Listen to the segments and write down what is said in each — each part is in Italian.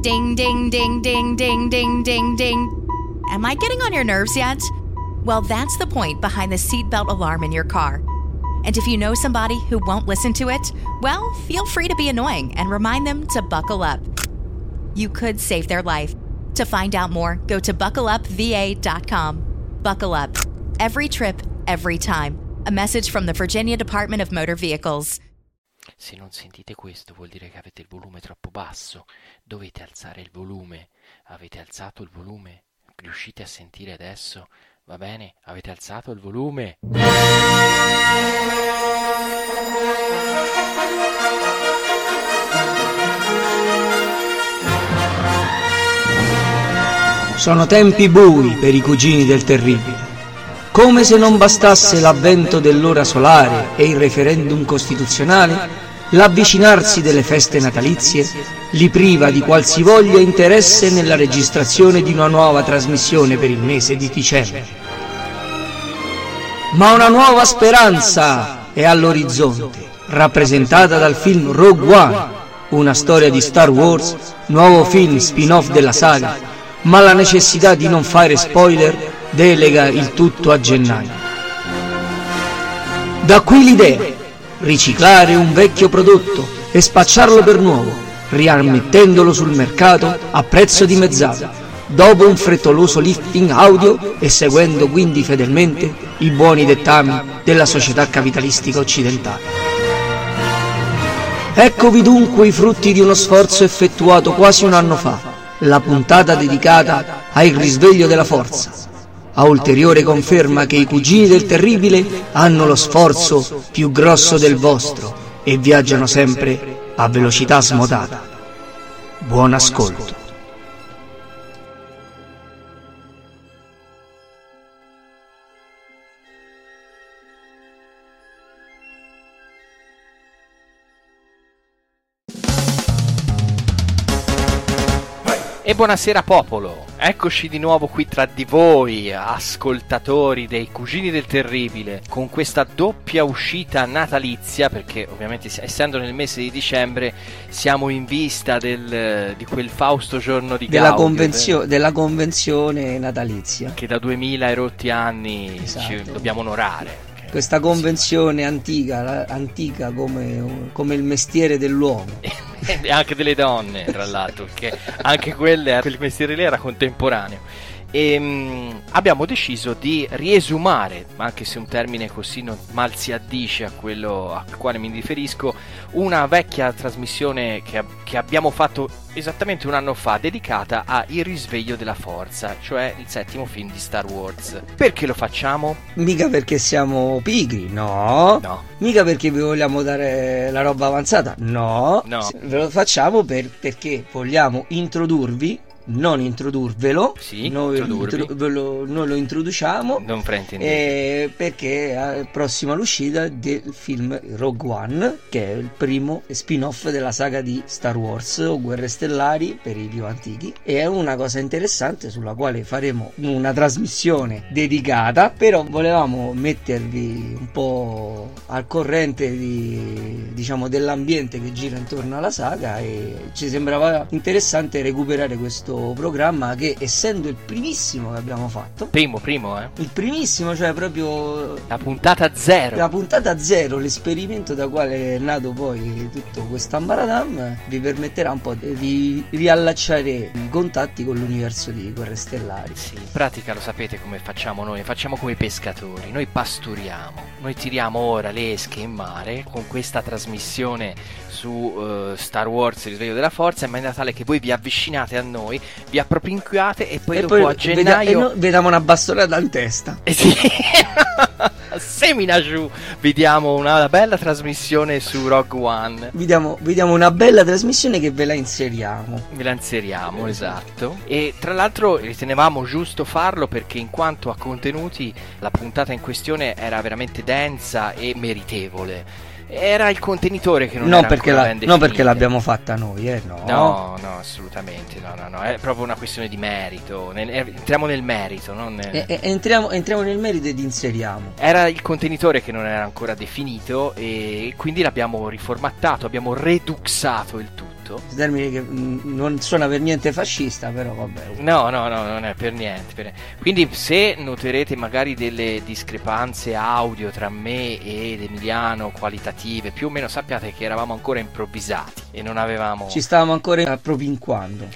Ding, ding, ding, ding, ding, ding, ding, ding. Am I getting on your nerves yet? Well, that's the point behind the seatbelt alarm in your car. And if you know somebody who won't listen to it, well, feel free to be annoying and remind them to buckle up. You could save their life. To find out more, go to buckleupva.com. Buckle up. Every trip, every time. A message from the Virginia Department of Motor Vehicles. Se non sentite questo vuol dire che avete il volume troppo basso. Dovete alzare il volume. Avete alzato il volume? Riuscite a sentire adesso? Va bene? Avete alzato il volume? Sono tempi bui per i cugini del terribile. Come se non bastasse l'avvento dell'ora solare e il referendum costituzionale, l'avvicinarsi delle feste natalizie li priva di qualsivoglia interesse nella registrazione di una nuova trasmissione per il mese di dicembre. Ma una nuova speranza è all'orizzonte, rappresentata dal film Rogue One, una storia di Star Wars, nuovo film spin-off della saga, ma la necessità di non fare spoiler delega il tutto a gennaio. Da qui l'idea: riciclare un vecchio prodotto e spacciarlo per nuovo, riammettendolo sul mercato a prezzo dimezzato, dopo un frettoloso lifting audio e seguendo quindi fedelmente i buoni dettami della società capitalistica occidentale. Eccovi dunque i frutti di uno sforzo effettuato quasi un anno fa, la puntata dedicata al risveglio della forza, a ulteriore conferma che i cugini del terribile hanno lo sforzo più grosso del vostro e viaggiano sempre a velocità smodata. Buon ascolto. E buonasera popolo, eccoci di nuovo qui tra di voi, ascoltatori dei Cugini del Terribile, con questa doppia uscita natalizia, perché ovviamente essendo nel mese di dicembre siamo in vista di quel fausto giorno di Gaudio, della convenzione natalizia, che da 2000 e rotti anni ci dobbiamo onorare. Questa convenzione antica come il mestiere dell'uomo. E anche delle donne, tra l'altro, perché anche quel mestiere lì era contemporaneo. E abbiamo deciso di riesumare, anche se un termine così mal si addice a quello al quale mi riferisco, una vecchia trasmissione che abbiamo fatto esattamente un anno fa, dedicata a Il risveglio della forza, cioè il 7° film di Star Wars. Perché lo facciamo? Mica perché siamo pigri, no. Mica perché vi vogliamo dare la roba avanzata, no. Ve lo facciamo perché vogliamo introdurvi, non introdurvelo, sì, noi lo introduciamo, non fraintendete, perché è prossima l'uscita del film Rogue One, che è il primo spin-off della saga di Star Wars o Guerre Stellari per i più antichi, e è una cosa interessante sulla quale faremo una trasmissione dedicata, però volevamo mettervi un po' al corrente dell'ambiente che gira intorno alla saga, e ci sembrava interessante recuperare questo programma che, essendo il primissimo che abbiamo fatto, il primissimo, cioè proprio la puntata zero, l'esperimento da quale è nato poi tutto questo ambaradam, vi permetterà un po' di riallacciare i contatti con l'universo di Guerre Stellari. Sì, in pratica lo sapete come facciamo noi, facciamo come i pescatori, noi pasturiamo, noi tiriamo ora le esche in mare con questa trasmissione su Star Wars Il risveglio della forza, in maniera tale che voi vi avvicinate a noi, vi appropinquiate e poi dopo a gennaio vediamo una bastonata in testa. Sì. Semina giù, vi diamo una bella trasmissione su Rogue One. Vi diamo una bella trasmissione che ve la inseriamo, esatto. E tra l'altro ritenevamo giusto farlo perché, in quanto a contenuti, la puntata in questione era veramente densa e meritevole. Era il contenitore che non era ancora ben definito. Non perché l'abbiamo fatta noi, no, assolutamente no, è proprio una questione di merito. Entriamo nel merito, entriamo nel merito ed inseriamo. Era il contenitore che non era ancora definito e quindi l'abbiamo riformattato, abbiamo reduxato il tutto. brutto. Termine che non suona per niente fascista, però vabbè. No, non è per niente. Quindi se noterete magari delle discrepanze audio tra me ed Emiliano, qualitative, più o meno sappiate che eravamo ancora improvvisati e non avevamo... Ci stavamo ancora appropinquando.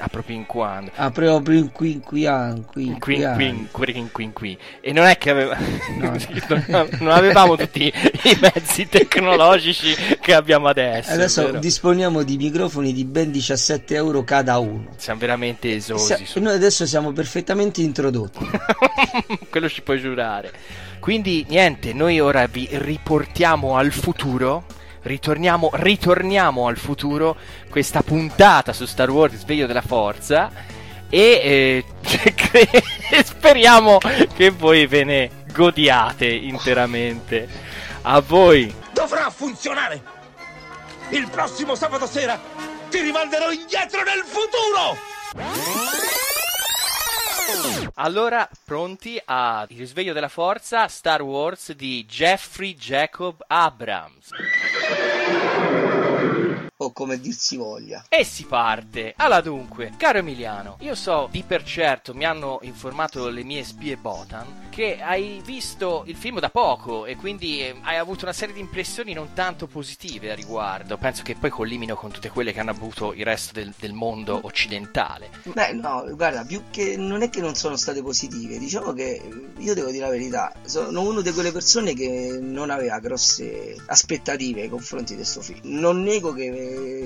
Qui. E non è che non avevamo tutti i mezzi tecnologici che abbiamo adesso. Vero? Disponiamo di microfoni di ben 17 euro cada uno. Siamo veramente esosi. Noi adesso siamo perfettamente introdotti. Quello ci puoi giurare. Quindi niente, noi ora vi riportiamo al futuro. Ritorniamo al futuro. Questa puntata su Star Wars Risveglio della Forza. E speriamo che voi ve ne godiate interamente. A voi. Dovrà funzionare. Il prossimo sabato sera ti rimanderò indietro nel futuro. Allora, pronti a Il risveglio della forza Star Wars di Jeffrey Jacob Abrams. O come dir si voglia. E si parte. Allora dunque, caro Emiliano, io so di per certo, mi hanno informato le mie spie Botan, che hai visto il film da poco e quindi hai avuto una serie di impressioni non tanto positive a riguardo. Penso che poi collimino con tutte quelle che hanno avuto il resto del mondo occidentale. Beh, no, guarda, più che non è che non sono state positive, diciamo che io devo dire la verità, sono una di quelle persone che non aveva grosse aspettative nei confronti di questo film. Non nego che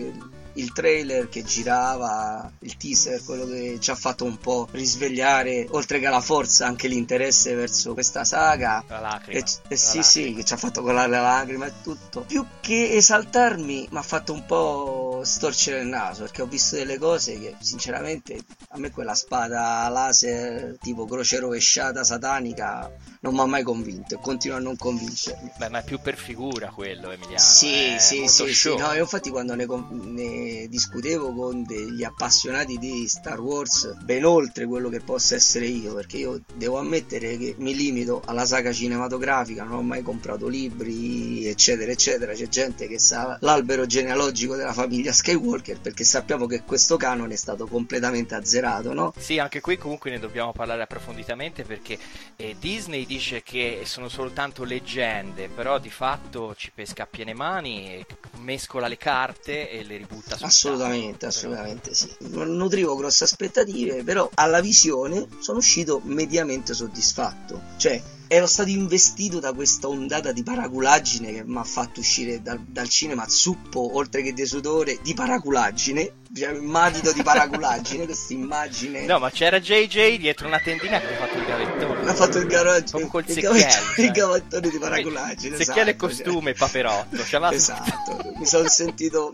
il trailer che girava, il teaser, quello che ci ha fatto un po' risvegliare, oltre che la forza, anche l'interesse verso questa saga. La lacrima. Sì, che ci ha fatto colare la lacrima e tutto. Più che esaltarmi, mi ha fatto un po' storcere il naso, perché ho visto delle cose che sinceramente a me quella spada laser tipo croce rovesciata satanica non mi ha mai convinto e continua a non convincermi. Beh, ma è più per figura quello, Emiliano. Sì. No, io infatti quando ne discutevo con degli appassionati di Star Wars, ben oltre quello che possa essere io, perché io devo ammettere che mi limito alla saga cinematografica, non ho mai comprato libri, eccetera. C'è gente che sa l'albero genealogico della famiglia Skywalker, perché sappiamo che questo canone è stato completamente azzerato, no? Sì, anche qui comunque ne dobbiamo parlare approfonditamente, perché Disney dice che sono soltanto leggende, però di fatto ci pesca a piene mani e mescola le carte e le ributta sul assolutamente sì. Non nutrivo grosse aspettative, però alla visione sono uscito mediamente soddisfatto, cioè ero stato investito da questa ondata di paraculaggine che mi ha fatto uscire dal cinema zuppo, oltre che di sudore, di paraculaggine, cioè matito di paraculaggine, questa immagine. No, ma c'era JJ dietro una tendina che ha fatto il gavettone. Ha fatto il garoggio, proprio col secchiello. Il gavettone di paraculaggine. Secchiello e costume, cioè. Paperotto. Esatto, mi sono sentito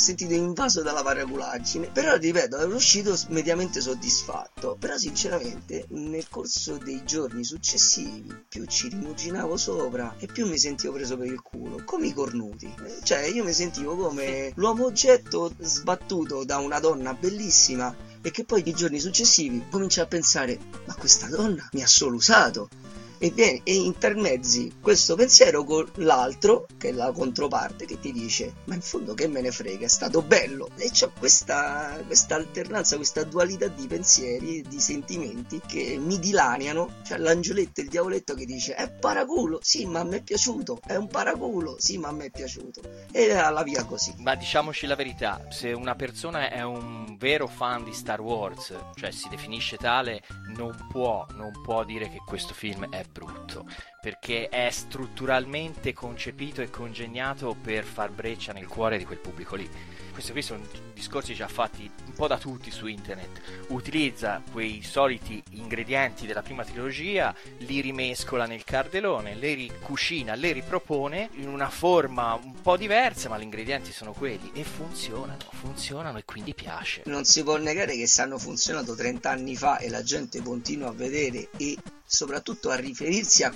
invaso dalla paraculaggine. Però ripeto, ero uscito mediamente soddisfatto. Però sinceramente nel corso dei giorni successivi più ci rimuginavo sopra e più mi sentivo preso per il culo, come i cornuti. Cioè io mi sentivo come l'uomo oggetto sbattuto da una donna bellissima e che poi i giorni successivi comincia a pensare: ma questa donna mi ha solo usato. E intermezzi questo pensiero con l'altro, che è la controparte, che ti dice: ma in fondo che me ne frega, è stato bello. E c'è questa alternanza, questa dualità di pensieri, di sentimenti che mi dilaniano. C'è l'angioletto e il diavoletto che dice: è paraculo, sì ma a me è piaciuto, è un paraculo, sì ma a me è piaciuto, e alla via così. Ma diciamoci la verità, se una persona è un vero fan di Star Wars, cioè si definisce tale, non può dire che questo film è brutto, perché è strutturalmente concepito e congegnato per far breccia nel cuore di quel pubblico lì. Questi qui sono discorsi già fatti un po' da tutti su internet. Utilizza quei soliti ingredienti della prima trilogia, li rimescola nel cardelone, le ricucina, le ripropone in una forma un po' diversa, ma gli ingredienti sono quelli e funzionano e quindi piace. Non si può negare che se hanno funzionato 30 anni fa e la gente continua a vedere e soprattutto a riferirsi a quei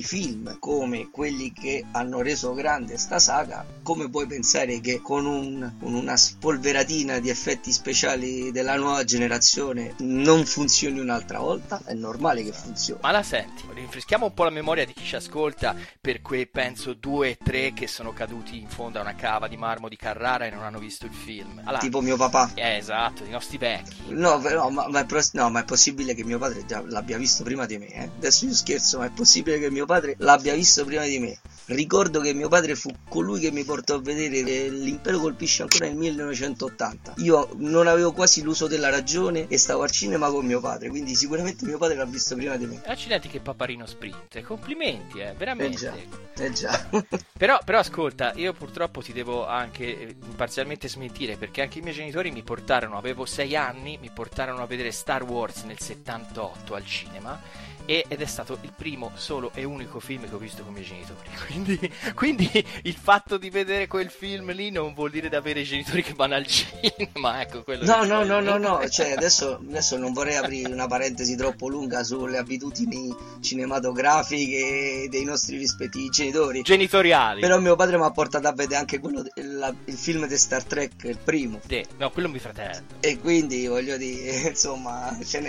film come quelli che hanno reso grande sta saga, come puoi pensare che con una spolveratina di effetti speciali della nuova generazione non funzioni un'altra volta? È normale che funzioni. Ma la senti, rinfreschiamo un po' la memoria di chi ci ascolta per quei penso 2 o 3 che sono caduti in fondo a una cava di marmo di Carrara e non hanno visto il film. Allora, tipo mio papà. Esatto, i nostri vecchi. No, però, ma è possibile che mio padre già l'abbia visto prima di me, Adesso io scherzo, ma è possibile che mio padre l'abbia visto prima di me. Ricordo che mio padre fu colui che mi portò a vedere L'Impero colpisce ancora nel 1980. Io non avevo quasi l'uso della ragione e stavo al cinema con mio padre, quindi sicuramente mio padre l'ha visto prima di me. Accidenti che paparino sprint, complimenti, veramente. Già. Però ascolta, io purtroppo ti devo anche parzialmente smentire, perché anche i miei genitori mi portarono, avevo 6 anni, mi portarono a vedere Star Wars nel 78 al cinema. Ed è stato il primo, solo e unico film che ho visto con i miei genitori. Quindi il fatto di vedere quel film lì non vuol dire di avere i genitori che vanno al cinema, ecco quello. No. Cioè, adesso non vorrei aprire una parentesi troppo lunga sulle abitudini cinematografiche dei nostri rispettivi genitoriali. Però mio padre mi ha portato a vedere anche quello il film di Star Trek, il primo. No, quello mio fratello. E quindi voglio dire, insomma, ce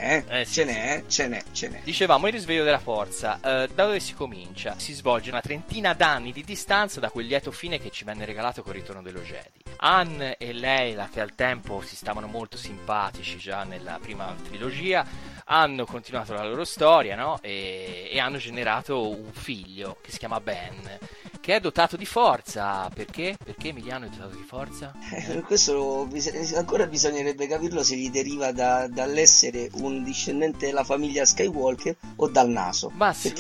n'è. Dicevamo il risveglio della forza, da dove si comincia? Si svolge una trentina d'anni di distanza da quel lieto fine che ci venne regalato col ritorno dello Jedi. Han e Leila, che al tempo si stavano molto simpatici già nella prima trilogia, hanno continuato la loro storia, no? E hanno generato un figlio che si chiama Ben, che è dotato di forza. Perché? Perché Emiliano è dotato di forza? Questo ancora bisognerebbe capirlo, se gli deriva dall'essere un discendente della famiglia Skywalker o dal naso. Ma sì,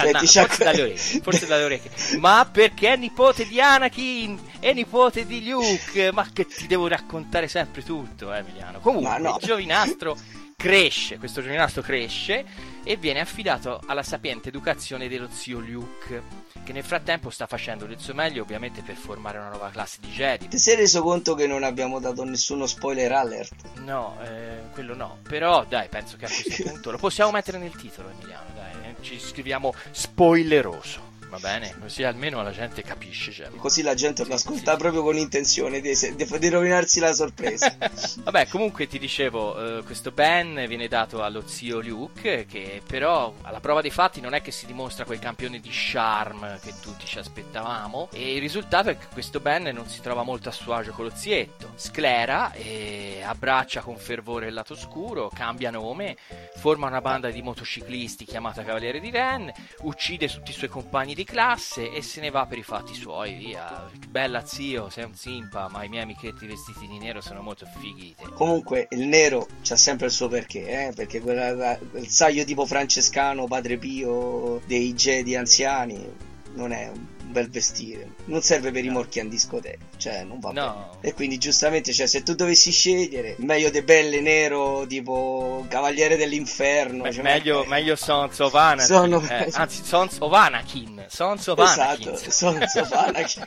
forse dalle orecchie. Ma perché è nipote di Anakin e nipote di Luke? Ma che ti devo raccontare sempre tutto, Emiliano. Comunque, il giovinastro questo giovinastro cresce e viene affidato alla sapiente educazione dello zio Luke, che nel frattempo sta facendo del suo meglio, ovviamente, per formare una nuova classe di Jedi. Ti sei reso conto che non abbiamo dato nessuno spoiler alert? No, quello no. Però dai, penso che a questo punto lo possiamo mettere nel titolo, Emiliano, dai, ci scriviamo spoileroso. Va bene, così almeno la gente capisce, cioè. Così la gente lo ascolta proprio con intenzione di rovinarsi la sorpresa. Vabbè, comunque ti dicevo, questo Ben viene dato allo zio Luke, che però alla prova dei fatti non è che si dimostra quel campione di charme che tutti ci aspettavamo, e il risultato è che questo Ben non si trova molto a suo agio con lo zietto, sclera e abbraccia con fervore il lato scuro, cambia nome, forma una banda di motociclisti chiamata Cavaliere di Ren, uccide tutti i suoi compagni di classe e se ne va per i fatti suoi, via. Bella zio, sei un simpa, ma i miei amichetti vestiti di nero sono molto fighite. Comunque il nero c'ha sempre il suo perché, perché quel saio tipo francescano, Padre Pio dei Jedi anziani non è un bel vestire, non serve per i morchi in discoteca, cioè non va bene. E quindi giustamente, cioè, se tu dovessi scegliere, meglio de belle nero tipo Cavaliere dell'Inferno. Beh, meglio Sons of Anakin, anzi Sons of Anakin. Esatto, Sons of Anakin.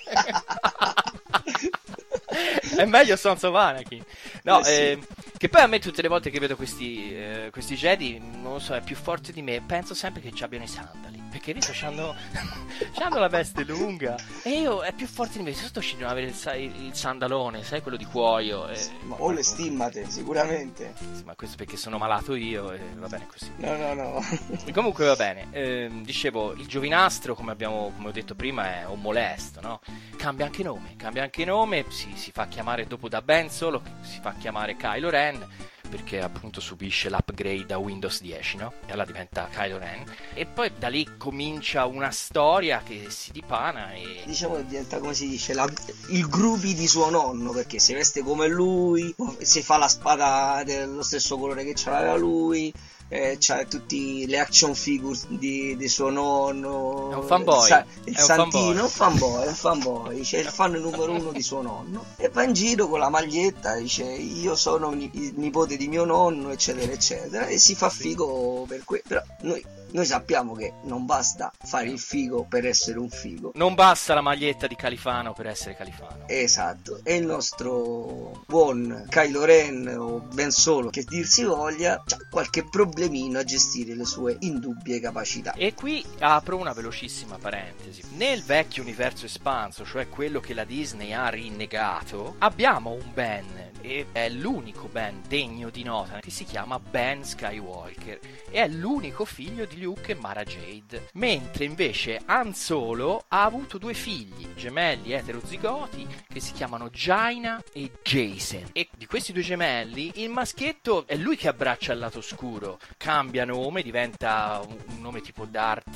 È meglio Sons of Anakin. No, sì. Che poi a me tutte le volte che vedo questi Jedi, non lo so, è più forte di me, penso sempre che ci abbiano i sandali, perché visto c'hanno la veste lunga e io è più forte di me, sto uscendo ad avere il sandalone, sai, quello di cuoio, o le stimmate sicuramente. Sì, ma questo perché sono malato io e va bene così. No. Comunque va bene. Dicevo, il giovinastro, come ho detto prima, è un molesto, no? Cambia anche nome, si fa chiamare, dopo da Ben Solo, si fa chiamare Kylo Ren, perché appunto subisce l'upgrade a Windows 10, no? E allora diventa Kylo Ren. E poi da lì comincia una storia che si dipana e... diciamo che diventa, come si dice, il groupie di suo nonno, perché si veste come lui, si fa la spada dello stesso colore che c'aveva lui, c'ha tutti le action figures di suo nonno. È un fanboy. Il santino, un fanboy, c'è il fan numero 1 di suo nonno, e va in giro con la maglietta, dice io sono il nipote di mio nonno, eccetera eccetera, e si fa figo per però noi noi sappiamo che non basta fare il figo per essere un figo. Non basta la maglietta di Califano per essere Califano. Esatto, e il nostro buon Kylo Ren, o Ben Solo che dir si voglia, c'ha qualche problemino a gestire le sue indubbie capacità. E qui apro una velocissima parentesi. Nel vecchio universo espanso, cioè quello che la Disney ha rinnegato, abbiamo un Ben, e è l'unico Ben degno di nota, che si chiama Ben Skywalker, e è l'unico figlio di Luke e Mara Jade, mentre invece Han Solo ha avuto 2 figli gemelli eterozigoti che si chiamano Jaina e Jacen, e di questi 2 gemelli il maschietto è lui che abbraccia il lato oscuro, cambia nome, diventa un nome tipo Darth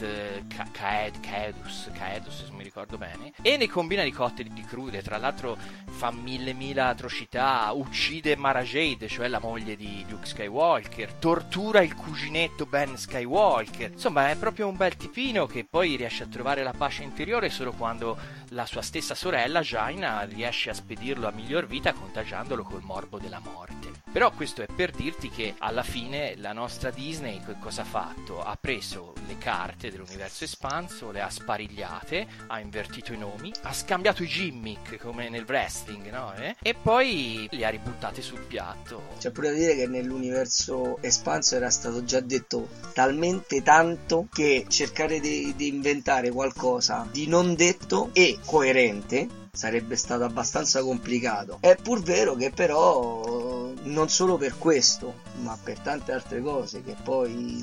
Caedus se non mi ricordo bene, e ne combina di cotte e di crude. Tra l'altro fa mille atrocità, uccide Mara Jade, cioè la moglie di Luke Skywalker, tortura il cuginetto Ben Skywalker. Insomma, è proprio un bel tipino che poi riesce a trovare la pace interiore solo quando la sua stessa sorella Jaina riesce a spedirlo a miglior vita contagiandolo col morbo della morte. Però questo è per dirti che alla fine la nostra Disney cosa ha fatto? Ha preso le carte dell'universo espanso, le ha sparigliate, ha invertito i nomi, ha scambiato i gimmick come nel wrestling, no? E poi li ha ributtate sul piatto. C'è pure da dire che nell'universo espanso era stato già detto talmente tanto che cercare di inventare qualcosa di non detto e coerente sarebbe stato abbastanza complicato. È pur vero che però non solo per questo, ma per tante altre cose che poi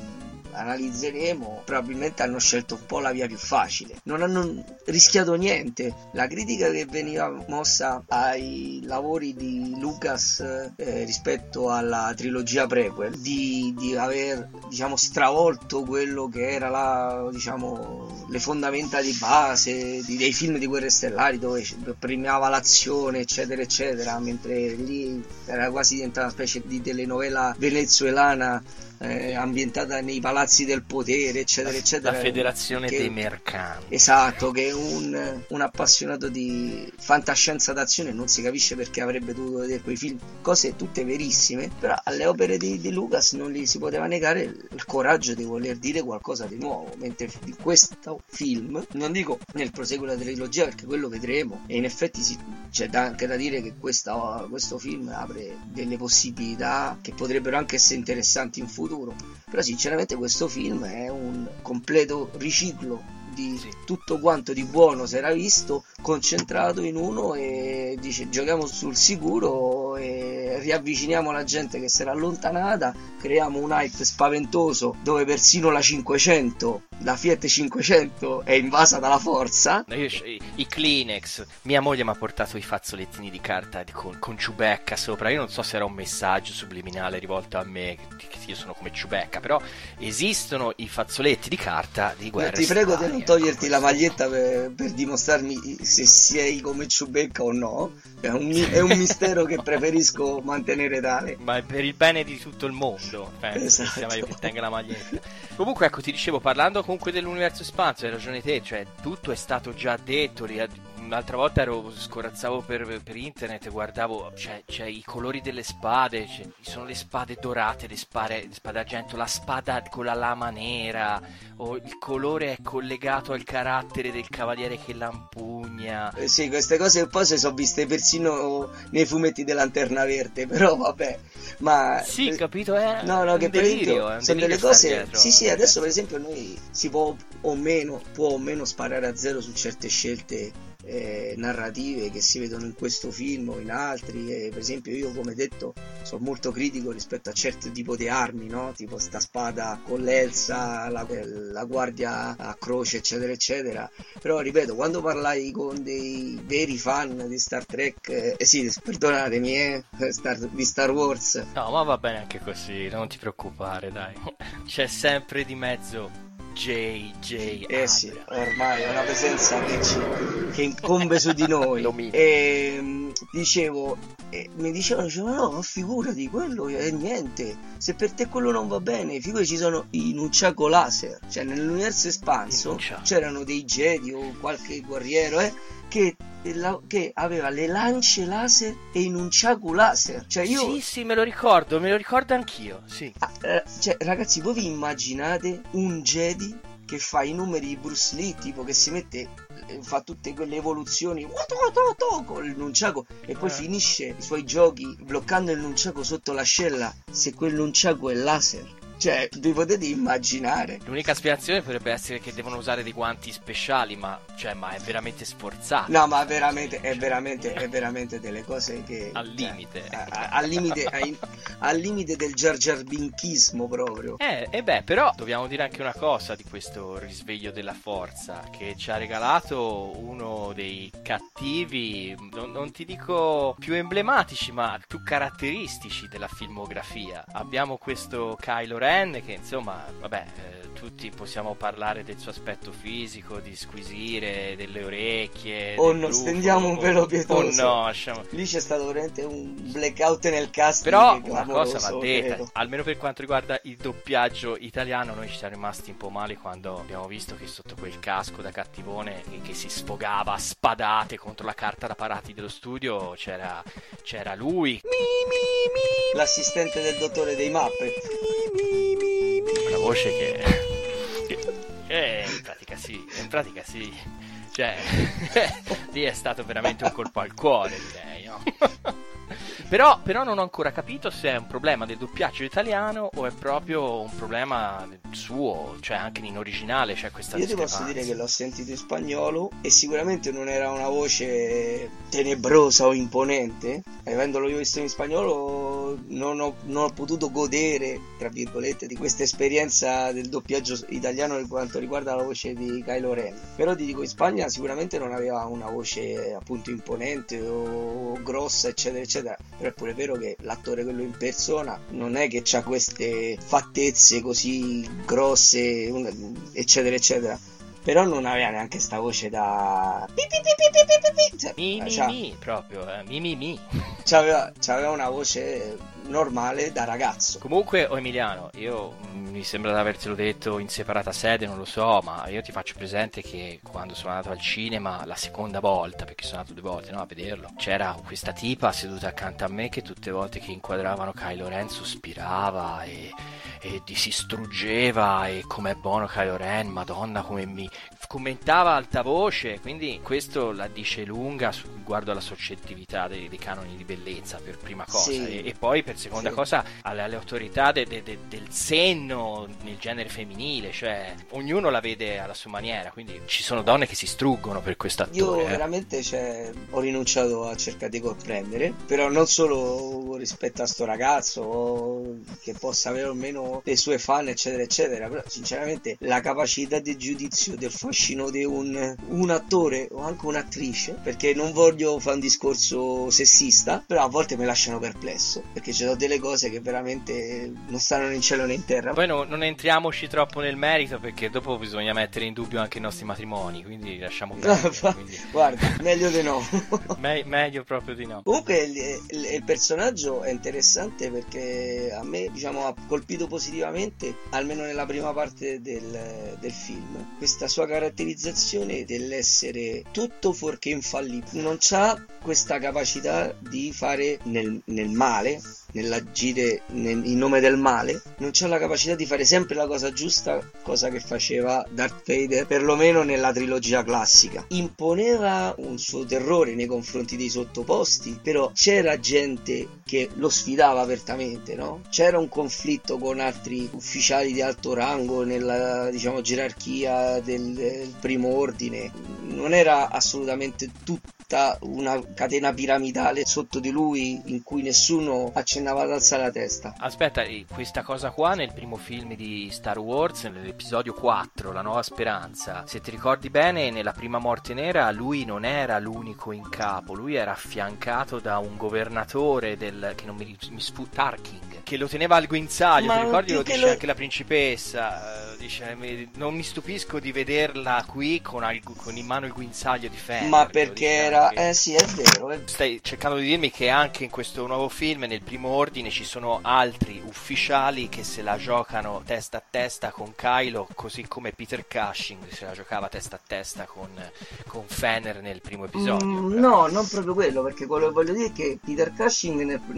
analizzeremo, probabilmente hanno scelto un po' la via più facile, non hanno rischiato niente. La critica che veniva mossa ai lavori di Lucas rispetto alla trilogia prequel di aver, diciamo, stravolto quello che era le fondamenta di base dei film di Guerre Stellari, dove premiava l'azione eccetera eccetera, mentre lì era quasi diventata una specie di telenovela venezuelana ambientata nei palazzi del potere eccetera eccetera, la federazione dei mercanti. Esatto, che un appassionato di fantascienza d'azione non si capisce perché avrebbe dovuto vedere quei film, cose tutte verissime, però alle opere di Lucas non gli si poteva negare il coraggio di voler dire qualcosa di nuovo, mentre in questo film, non dico nel proseguo della trilogia perché quello vedremo, e in effetti c'è anche da dire che questo film apre delle possibilità che potrebbero anche essere interessanti in futuro. Però sinceramente questo film è un completo riciclo di tutto quanto di buono si era visto, concentrato in uno, e dice giochiamo sul sicuro e riavviciniamo la gente che si era allontanata, creiamo un hype spaventoso dove persino la Fiat 500 è invasa dalla forza. I Kleenex, mia moglie mi ha portato i fazzolettini di carta con Chewbacca sopra. Io non so se era un messaggio subliminale rivolto a me, che io sono come Chewbacca, però esistono i fazzoletti di carta di Guerre Ti prego di non toglierti la maglietta per dimostrarmi se sei come Chewbacca o no. È un mistero che preferisco mantenere tale. Ma è per il bene di tutto il mondo, penso, esatto, sia meglio che tenga la maglietta. Comunque, ecco, ti dicevo, parlando comunque dell'universo espanso, hai ragione te, cioè tutto è stato già detto. Un'altra volta scorazzavo per internet e guardavo, cioè i colori delle spade, ci sono le spade dorate, le spade d'argento, la spada con la lama nera, o il colore è collegato al carattere del cavaliere che la impugna. Sì, queste cose poi si sono viste persino nei fumetti della Lanterna Verde, però vabbè. Ma sì, capito, è no, che per esempio sono delle cose dietro, sì, adesso per esempio noi si può o meno sparare a zero su certe scelte narrative che si vedono in questo film o in altri, per esempio io, come detto, sono molto critico rispetto a certo tipo di armi, no? Tipo sta spada con l'elsa, la guardia a croce eccetera eccetera, però ripeto, quando parlai con dei veri fan di Star Trek, perdonatemi, di Star Wars, no, ma va bene anche così, non ti preoccupare, dai, c'è sempre di mezzo JJ sì, ormai è una presenza che incombe su di noi. E dicevo, mi dicevano no, figurati, quello è niente, se per te quello non va bene, figurati, ci sono i nunchaku laser, cioè nell'universo espanso c'erano dei Jedi o qualche guerriero che che aveva le lance laser e i nunchaku laser. Cioè io... Sì, me lo ricordo anch'io, sì. Cioè, ragazzi, voi vi immaginate un Jedi che fa i numeri di Bruce Lee, tipo che si mette, fa tutte quelle evoluzioni con il nunchaku e poi finisce i suoi giochi bloccando il nunchaku sotto l'ascella, se quel nunchaku è laser? Cioè, vi potete immaginare? L'unica spiegazione potrebbe essere che devono usare dei guanti speciali, ma è veramente sforzato. No, ma è veramente delle cose che... Al limite. Al limite del Jar Jar Binkismo proprio. Però dobbiamo dire anche una cosa di questo risveglio della forza, che ci ha regalato uno dei cattivi, non ti dico più emblematici, ma più caratteristici della filmografia. Abbiamo questo Kylo Ren, che insomma, tutti possiamo parlare del suo aspetto fisico, di squisire delle orecchie. Non stendiamo un velo pietoso. Lasciamo... Lì c'è stato veramente un blackout nel casting. Però una cosa va detta, almeno per quanto riguarda il doppiaggio italiano, noi ci siamo rimasti un po' male quando abbiamo visto che sotto quel casco da cattivone che si sfogava a spadate contro la carta da parati dello studio c'era lui, l'assistente del dottore dei Muppet, una voce che in pratica sì, cioè lì è stato veramente un colpo al cuore, direi, no? Però non ho ancora capito se è un problema del doppiaggio italiano o è proprio un problema suo, cioè anche in originale c'è questa discrepanza. Io ti posso dire che l'ho sentito in spagnolo e sicuramente non era una voce tenebrosa o imponente. Avendolo io visto in spagnolo non ho potuto godere, tra virgolette, di questa esperienza del doppiaggio italiano per quanto riguarda la voce di Kylo Ren. Però ti dico, in Spagna sicuramente non aveva una voce appunto imponente o grossa, eccetera eccetera. Però è pure vero che l'attore, quello in persona, non è che ha queste fattezze così grosse, eccetera eccetera. Però non aveva neanche sta voce da mi. C'aveva una voce normale da ragazzo. Comunque, Emiliano, io mi sembra di avertelo detto in separata sede, non lo so, ma io ti faccio presente che quando sono andato al cinema la seconda volta, perché sono andato 2 volte, no, a vederlo, c'era questa tipa seduta accanto a me che tutte le volte che inquadravano Kylo Ren sospirava e si struggeva, e com'è buono Kylo Ren, madonna, come mi commentava a alta voce. Quindi questo la dice lunga riguardo alla soggettività dei canoni di bellezza, per prima cosa, sì. e poi per seconda cosa alle autorità del senno nel genere femminile, cioè ognuno la vede alla sua maniera, quindi ci sono donne che si struggono per questo attore. Io veramente ho rinunciato a cercare di comprendere, però non solo rispetto a sto ragazzo, che possa avere almeno le sue fan eccetera eccetera, però sinceramente la capacità di giudizio, del fascino di un attore o anche un'attrice, perché non voglio fare un discorso sessista, però a volte mi lasciano perplesso, perché ci sono delle cose che veramente non stanno né in cielo né in terra. Poi non entriamoci troppo nel merito, perché dopo bisogna mettere in dubbio anche i nostri matrimoni, quindi lasciamo perdere. Guarda, meglio di no. Meglio proprio di no. Comunque il personaggio è interessante, perché a me, diciamo, ha colpito positivamente, almeno nella prima parte del film, questa sua caratterizzazione dell'essere tutto fuorché infallibile. Non c'ha questa capacità di fare nel male, nell'agire in nome del male, non c'ha la capacità di fare sempre la cosa giusta, cosa che faceva Darth Vader, perlomeno nella trilogia classica. Imponeva un suo terrore nei confronti dei sottoposti, però c'era gente che lo sfidava apertamente, no? C'era un conflitto con altri ufficiali di alto rango nella, diciamo, gerarchia del primo ordine. Non era assolutamente tutta una catena piramidale sotto di lui in cui nessuno accennava ad alzare la testa. Aspetta, questa cosa qua nel primo film di Star Wars, nell'episodio 4, La Nuova Speranza, se ti ricordi bene, nella prima Morte Nera lui non era l'unico in capo, lui era affiancato da un governatore che non mi Tarkin, che lo teneva al guinzaglio. Ti ricordi? Lo dice anche la principessa, dice non mi stupisco di vederla qui con in mano il guinzaglio di Fenner. Ma perché era sì, è vero. Stai cercando di dirmi che anche in questo nuovo film, nel Primo Ordine, ci sono altri ufficiali che se la giocano testa a testa con Kylo, così come Peter Cushing se la giocava testa a testa con Fenner nel primo episodio. No, non proprio quello, perché quello che voglio dire è che Peter Cushing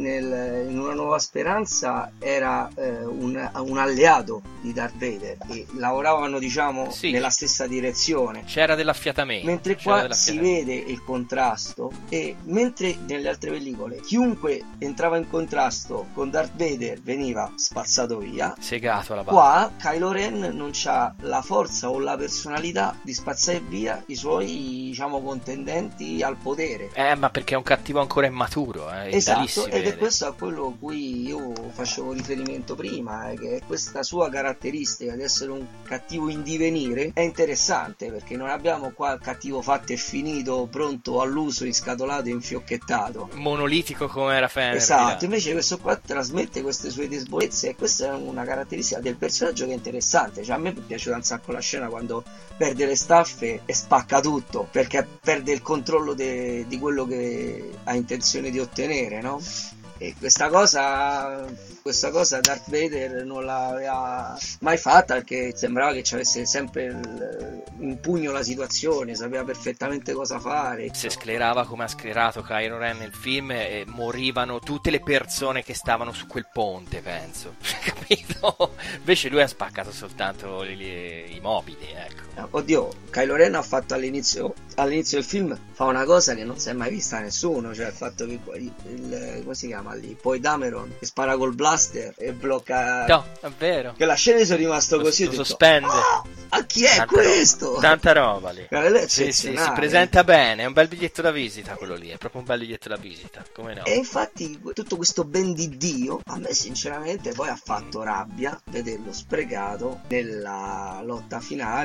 in Una Nuova Speranza era un alleato di Darth Vader e lavoravano, diciamo, sì, nella stessa direzione. C'era dell'affiatamento. Mentre qua si vede il contrasto, e mentre nelle altre pellicole chiunque entrava in contrasto con Darth Vader veniva spazzato via, segato alla base. Qua Kylo Ren non c'ha la forza o la personalità di spazzare via i suoi, diciamo, contendenti al potere. Ma perché è un cattivo ancora immaturo, esatto, ed è questo a quello a cui io facevo riferimento prima, che è questa sua caratteristica di essere un cattivo in divenire. È interessante perché non abbiamo qua il cattivo fatto e finito, pronto all'uso, inscatolato e infiocchettato, monolitico come era Fenner. Esatto, invece questo qua trasmette queste sue debolezze, e questa è una caratteristica del personaggio che è interessante. Cioè, a me è piaciuta un sacco la scena quando perde le staffe e spacca tutto, perché perde il controllo di quello che ha intenzione di ottenere, no? E questa cosa Darth Vader non l'aveva mai fatta, perché sembrava che ci avesse sempre in pugno la situazione, sapeva perfettamente cosa fare. Se sclerava come ha sclerato Kylo Ren nel film, e morivano tutte le persone che stavano su quel ponte, penso. Capito? Invece lui ha spaccato soltanto i mobili, ecco. Oddio, Kylo Ren ha fatto all'inizio del film, fa una cosa che non si è mai vista nessuno, cioè il fatto che come si chiama lì? Poi Dameron che spara col blaster e blocca. No, è vero. Che la scena sono rimasto così. Lo sospende. A chi è questo? Tanta roba lì. Sì, si presenta bene, è un bel biglietto da visita quello lì, è proprio un bel biglietto da visita, come no? E infatti tutto questo ben di Dio a me sinceramente poi ha fatto rabbia vederlo sprecato nella lotta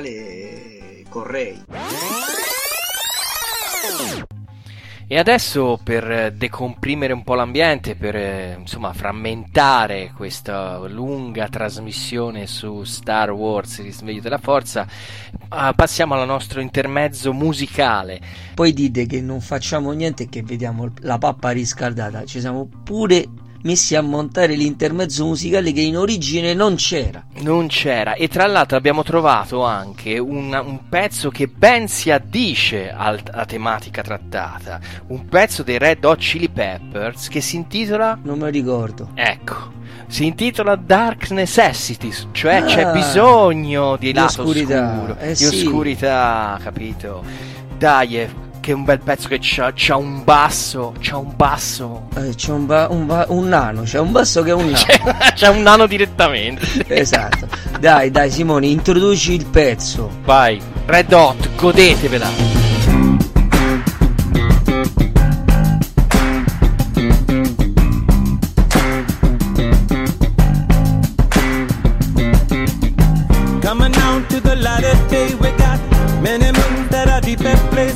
finale con Rey. E adesso, per decomprimere un po' l'ambiente, per insomma frammentare questa lunga trasmissione su Star Wars, il risveglio della forza, passiamo al nostro intermezzo musicale. Poi dite che non facciamo niente e che vediamo la pappa riscaldata, ci siamo pure messi a montare l'intermezzo musicale che in origine non c'era, e tra l'altro abbiamo trovato anche un pezzo che ben si addice alla tematica trattata, un pezzo dei Red Hot Chili Peppers che si intitola, non me lo ricordo, ecco, si intitola Dark Necessities, cioè c'è bisogno di lato oscuro, di oscurità, capito? Dai, che è un bel pezzo che c'ha un basso, c'è un nano, c'è un basso che è un nano, c'è un nano direttamente. Esatto. Dai Simone, introduci il pezzo. Vai, Red Hot, godetevela. Coming down to the light of day, we got many moons that are deep in place.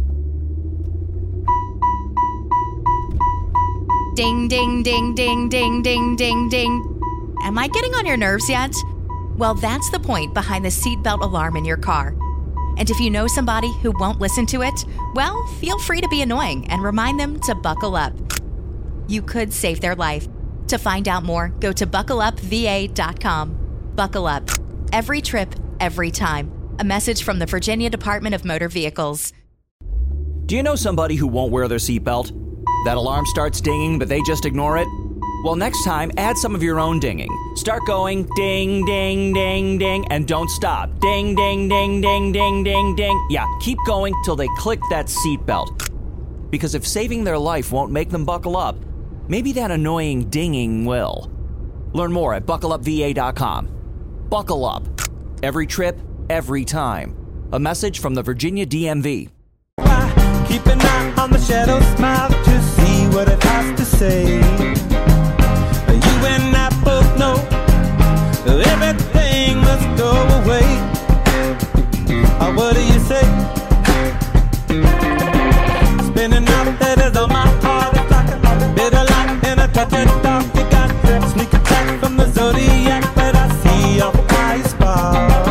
Ding, ding, ding, ding, ding, ding, ding, ding. Am I getting on your nerves yet? Well, that's the point behind the seatbelt alarm in your car. And if you know somebody who won't listen to it, well, feel free to be annoying and remind them to buckle up. You could save their life. To find out more, go to buckleupva.com. Buckle up. Every trip, every time. A message from the Virginia Department of Motor Vehicles. Do you know somebody who won't wear their seatbelt? That alarm starts dinging, but they just ignore it? Well, next time, add some of your own dinging. Start going ding, ding, ding, ding, and don't stop. Ding, ding, ding, ding, ding, ding, ding. Yeah, keep going till they click that seatbelt. Because if saving their life won't make them buckle up, maybe that annoying dinging will. Learn more at buckleupva.com. Buckle up. Every trip, every time. A message from the Virginia DMV. Keep an eye on the shadow smile to see what it has to say. You and I both know everything must go away. What do you say? Spinning out letters on my heart, it's like a bitter light in a touching dark. You got sneak attack from the zodiac, but I see your eyes spark.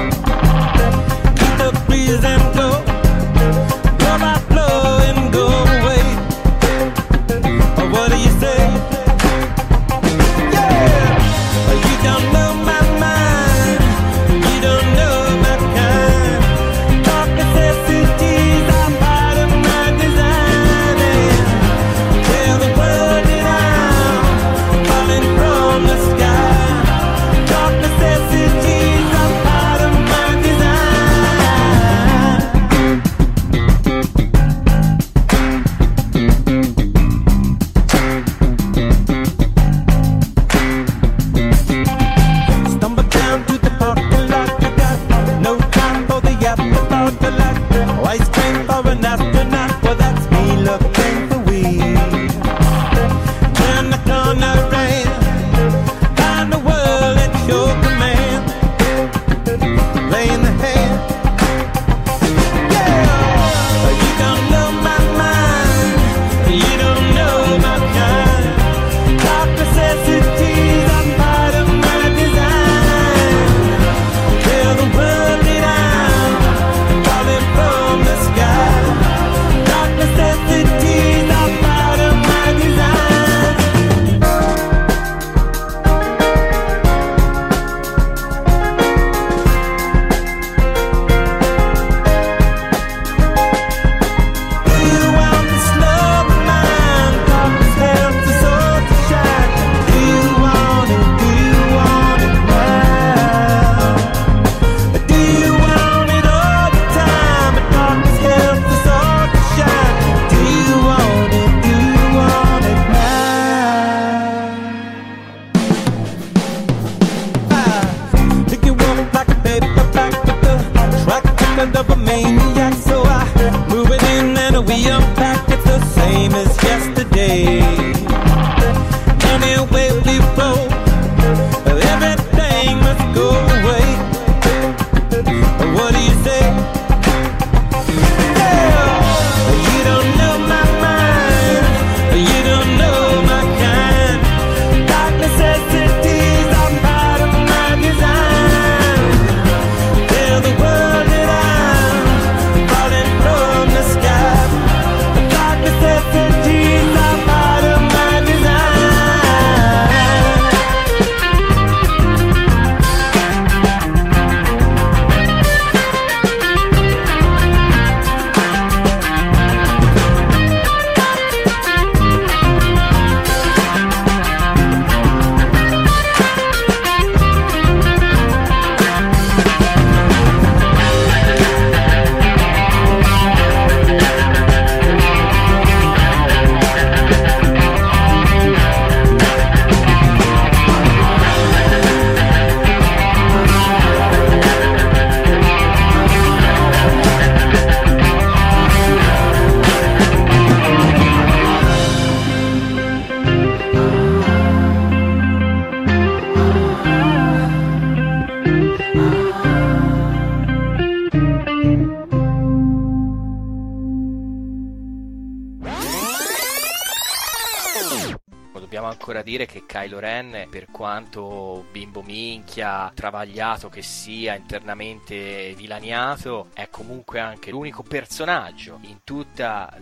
dobbiamo ancora dire che Kylo Ren, per quanto bimbo minchia, travagliato che sia, internamente dilaniato, è comunque anche l'unico personaggio in tutta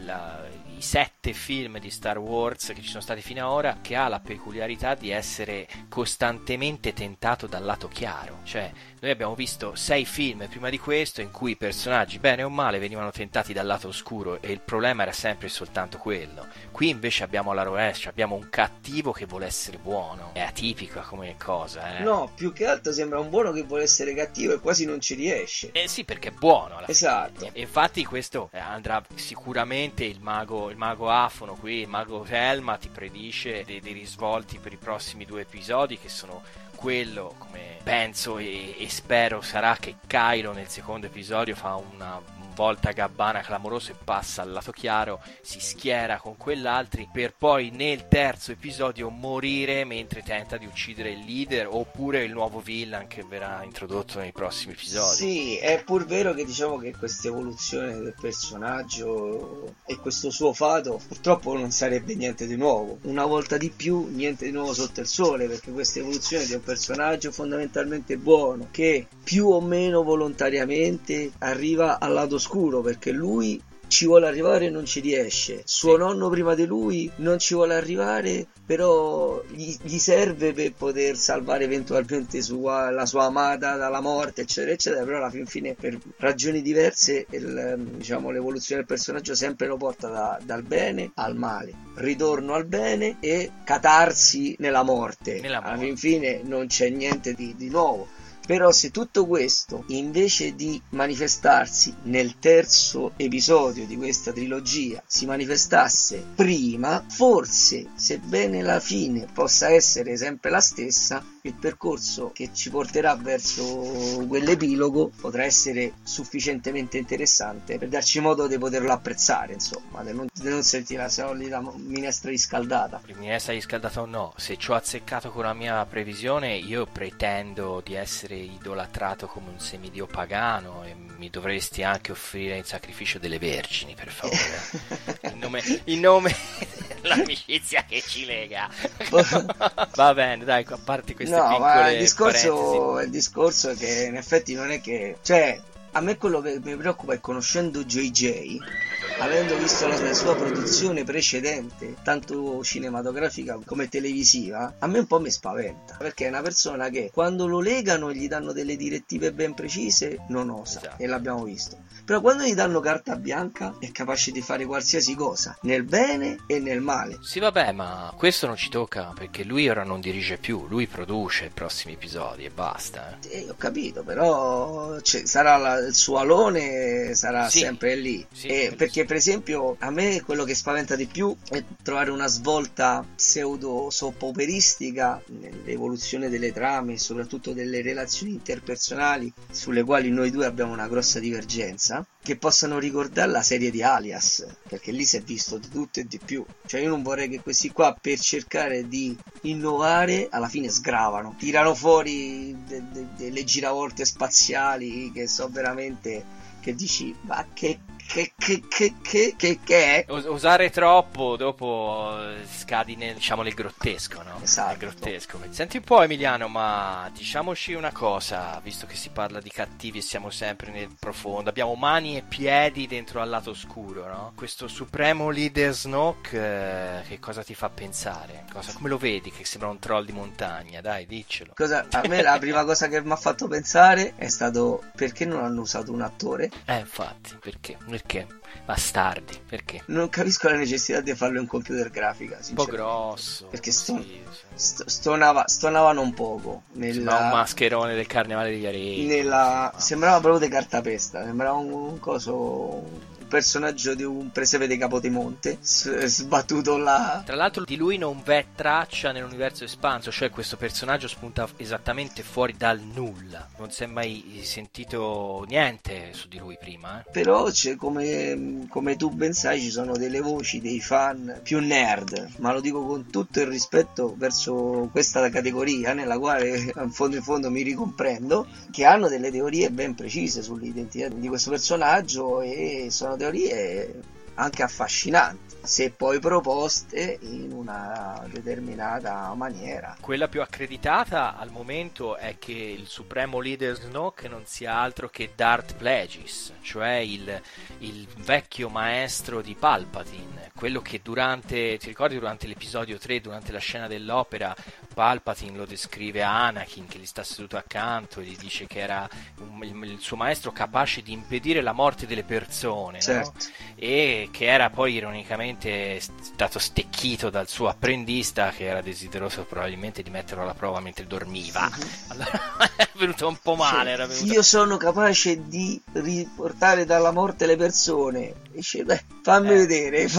i 7 film di Star Wars che ci sono stati fino ad ora che ha la peculiarità di essere costantemente tentato dal lato chiaro. Cioè, noi abbiamo visto 6 film prima di questo in cui i personaggi, bene o male, venivano tentati dal lato oscuro e il problema era sempre e soltanto quello. Qui invece abbiamo la rovescia, abbiamo un cattivo che vuole essere buono. È atipica come cosa, No, più che altro sembra un buono che vuole essere cattivo e quasi non ci riesce. Sì, perché è buono alla esatto. fine. E infatti questo andrà sicuramente il mago Afono qui, il mago Helma ti predice dei risvolti per i prossimi 2 episodi che sono quello, come penso e spero sarà, che Kylo nel secondo episodio fa una volta gabbana clamoroso e passa al lato chiaro, si schiera con quell'altri per poi nel terzo episodio morire mentre tenta di uccidere il leader oppure il nuovo villain che verrà introdotto nei prossimi episodi. Sì, è pur vero che diciamo che questa evoluzione del personaggio e questo suo fato purtroppo non sarebbe niente di nuovo. Una volta di più niente di nuovo sotto il sole, perché questa evoluzione di un personaggio fondamentalmente buono che più o meno volontariamente arriva al lato oscuro, perché lui ci vuole arrivare e non ci riesce. Suo nonno prima di lui non ci vuole arrivare, però gli serve per poter salvare eventualmente la sua amata dalla morte, eccetera eccetera. Però alla fine per ragioni diverse diciamo l'evoluzione del personaggio sempre lo porta dal bene al male, ritorno al bene e catarsi nella morte. Alla fine non c'è niente di nuovo. Però se tutto questo, invece di manifestarsi nel terzo episodio di questa trilogia, si manifestasse prima, forse, sebbene la fine possa essere sempre la stessa, il percorso che ci porterà verso quell'epilogo potrà essere sufficientemente interessante per darci modo di poterlo apprezzare, insomma, di non sentire la solita minestra riscaldata. Minestra riscaldata o no, se ci ho azzeccato con la mia previsione, io pretendo di essere idolatrato come un semidio pagano e mi dovresti anche offrire in sacrificio delle vergini, per favore. in nome dell'amicizia che ci lega. Va bene, dai, a parte queste piccole il discorso è che in effetti non è che, cioè, a me quello che mi preoccupa è, conoscendo JJ, avendo visto la sua produzione precedente, tanto cinematografica come televisiva, a me un po' mi spaventa, perché è una persona che quando lo legano e gli danno delle direttive ben precise non osa, esatto. E l'abbiamo visto. Però quando gli danno carta bianca è capace di fare qualsiasi cosa, nel bene e nel male. Sì, vabbè, ma questo non ci tocca, perché lui ora non dirige più, lui produce i prossimi episodi e basta. Ho capito, però sarà il suo alone, sarà sempre lì. Sì, perché per esempio a me quello che spaventa di più è trovare una svolta pseudo soap-operistica nell'evoluzione delle trame e soprattutto delle relazioni interpersonali, sulle quali noi due abbiamo una grossa divergenza, che possano ricordare la serie di Alias, perché lì si è visto di tutto e di più. Cioè io non vorrei che questi qua, per cercare di innovare, alla fine sgravano, tirano fuori delle giravolte spaziali che so veramente, che dici ma che è? Usare troppo dopo scadi nel grottesco, no? Esatto. Nel grottesco. Senti un po', Emiliano, ma diciamoci una cosa, visto che si parla di cattivi e siamo sempre nel profondo, abbiamo mani e piedi dentro al lato oscuro, no? Questo supremo leader Snoke, che cosa ti fa pensare? Come lo vedi? Che sembra un troll di montagna, dai, diccelo. A me la prima cosa che mi ha fatto pensare è stato: perché non hanno usato un attore? Infatti, perché? Bastardi, perché? Non capisco la necessità di farlo in computer grafica, un po' grosso, perché stonavano un poco sembrava un mascherone del carnevale di Viareggio, sembrava proprio di cartapesta, sembrava un coso, personaggio di un presepe di Capotemonte sbattuto là. Tra l'altro di lui non v'è traccia nell'universo espanso, cioè questo personaggio spunta esattamente fuori dal nulla, non si è mai sentito niente su di lui prima, Però c'è, come tu ben sai, ci sono delle voci dei fan più nerd, ma lo dico con tutto il rispetto verso questa categoria, nella quale in fondo mi ricomprendo, che hanno delle teorie ben precise sull'identità di questo personaggio, e sono teorie anche affascinanti. se poi proposte in una determinata maniera. Quella più accreditata al momento è che il supremo leader Snoke non sia altro che Darth Plagueis, cioè il vecchio maestro di Palpatine, quello che ti ricordi durante l'episodio 3, durante la scena dell'opera, Palpatine lo descrive a Anakin che gli sta seduto accanto e gli dice che era il suo maestro capace di impedire la morte delle persone, certo. No? E che era poi ironicamente stato stecchito dal suo apprendista, che era desideroso probabilmente di metterlo alla prova mentre dormiva. Allora è venuto un po' male. Io sono capace di riportare dalla morte le persone. Dice, fammi vedere.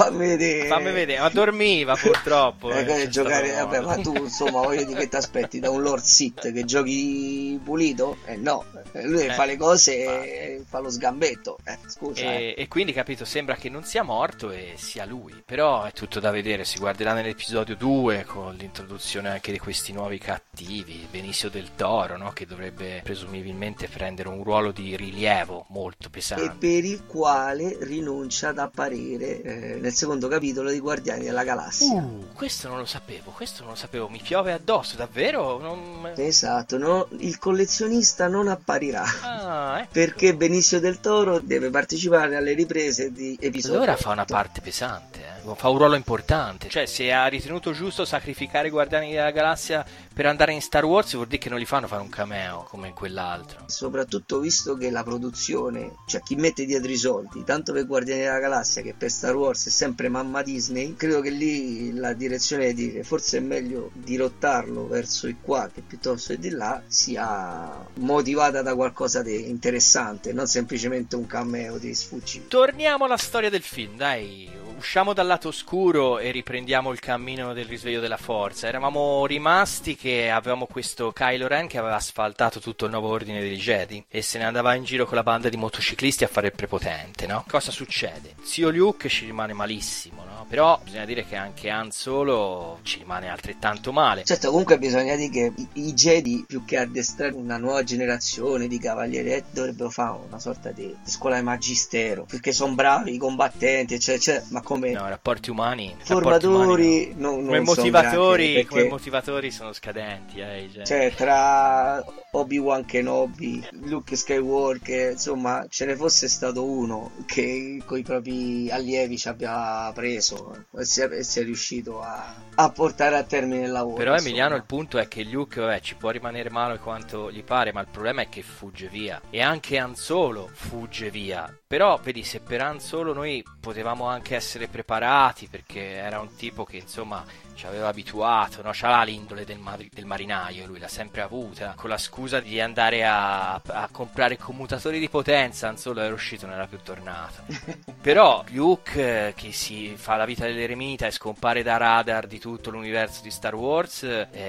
Ma dormiva purtroppo. Giocare, vabbè, ma tu insomma voglio dire, che ti aspetti da un Lord Sith che giochi pulito? No, lui fa le cose e fa lo sgambetto. Scusa. E quindi, capito, sembra che non sia morto e sia lui, però è tutto da vedere. Si guarderà nell'episodio 2 con l'introduzione anche di questi nuovi cattivi, Benicio del Toro, no? Che dovrebbe presumibilmente prendere un ruolo di rilievo molto pesante e per il quale rinuncia ad apparire nel secondo capitolo di Guardiani della Galassia. Questo non lo sapevo, mi piove addosso, davvero? Esatto, no, il collezionista non apparirà perché Benicio del Toro deve partecipare alle riprese di episodio. Allora fa una parte pesante, fa un ruolo importante, cioè se ha ritenuto giusto sacrificare i Guardiani della Galassia per andare in Star Wars, vuol dire che non li fanno fare un cameo come in quell'altro. Soprattutto visto che la produzione, cioè chi mette dietro i soldi, tanto per Guardiani della Galassia che per Star Wars è sempre mamma Disney, credo che lì la direzione è di forse è meglio dirottarlo verso il qua che piuttosto di là, sia motivata da qualcosa di interessante, non semplicemente un cameo di sfuggito. Torniamo alla storia del film, dai. Usciamo dal lato oscuro e riprendiamo il cammino del risveglio della forza. Eravamo rimasti che avevamo questo Kylo Ren che aveva asfaltato tutto il nuovo ordine dei Jedi e se ne andava in giro con la banda di motociclisti a fare il prepotente, no? Cosa succede? Zio Luke ci rimane malissimo, no? Però bisogna dire che anche Han Solo ci rimane altrettanto male. Certo, comunque bisogna dire che i Jedi, più che addestrare una nuova generazione di cavalieri, dovrebbero fare una sorta di scuola di magistero, perché sono bravi, combattenti, eccetera, ma come rapporti umani, formatori, non come motivatori, come motivatori sono scadenti, cioè tra Obi-Wan Kenobi, Luke Skywalker, insomma ce ne fosse stato uno che coi propri allievi ci abbia preso e sia riuscito a portare a termine il lavoro. Però Emiliano, il punto è che Luke ci può rimanere male quanto gli pare, ma il problema è che fugge via, e anche Han Solo fugge via. Però vedi, se per Han Solo noi potevamo anche essere preparati, perché era un tipo che insomma ci aveva abituato, no? C'ha l'indole del marinaio, lui l'ha sempre avuta, con la scusa di andare a comprare commutatori di potenza. Han Solo era uscito, non era più tornato. Però Luke, che si fa la vita dell'eremita e scompare da radar di tutto l'universo di Star Wars,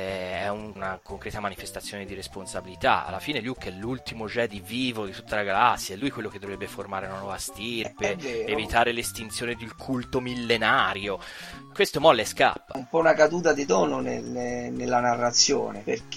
è una concreta manifestazione di responsabilità. Alla fine Luke è l'ultimo Jedi vivo di tutta la galassia, è lui quello che dovrebbe formare una nuova stirpe, evitare l'estinzione del culto millenario. Questo molle scappa. Un po' una caduta di tono nella narrazione,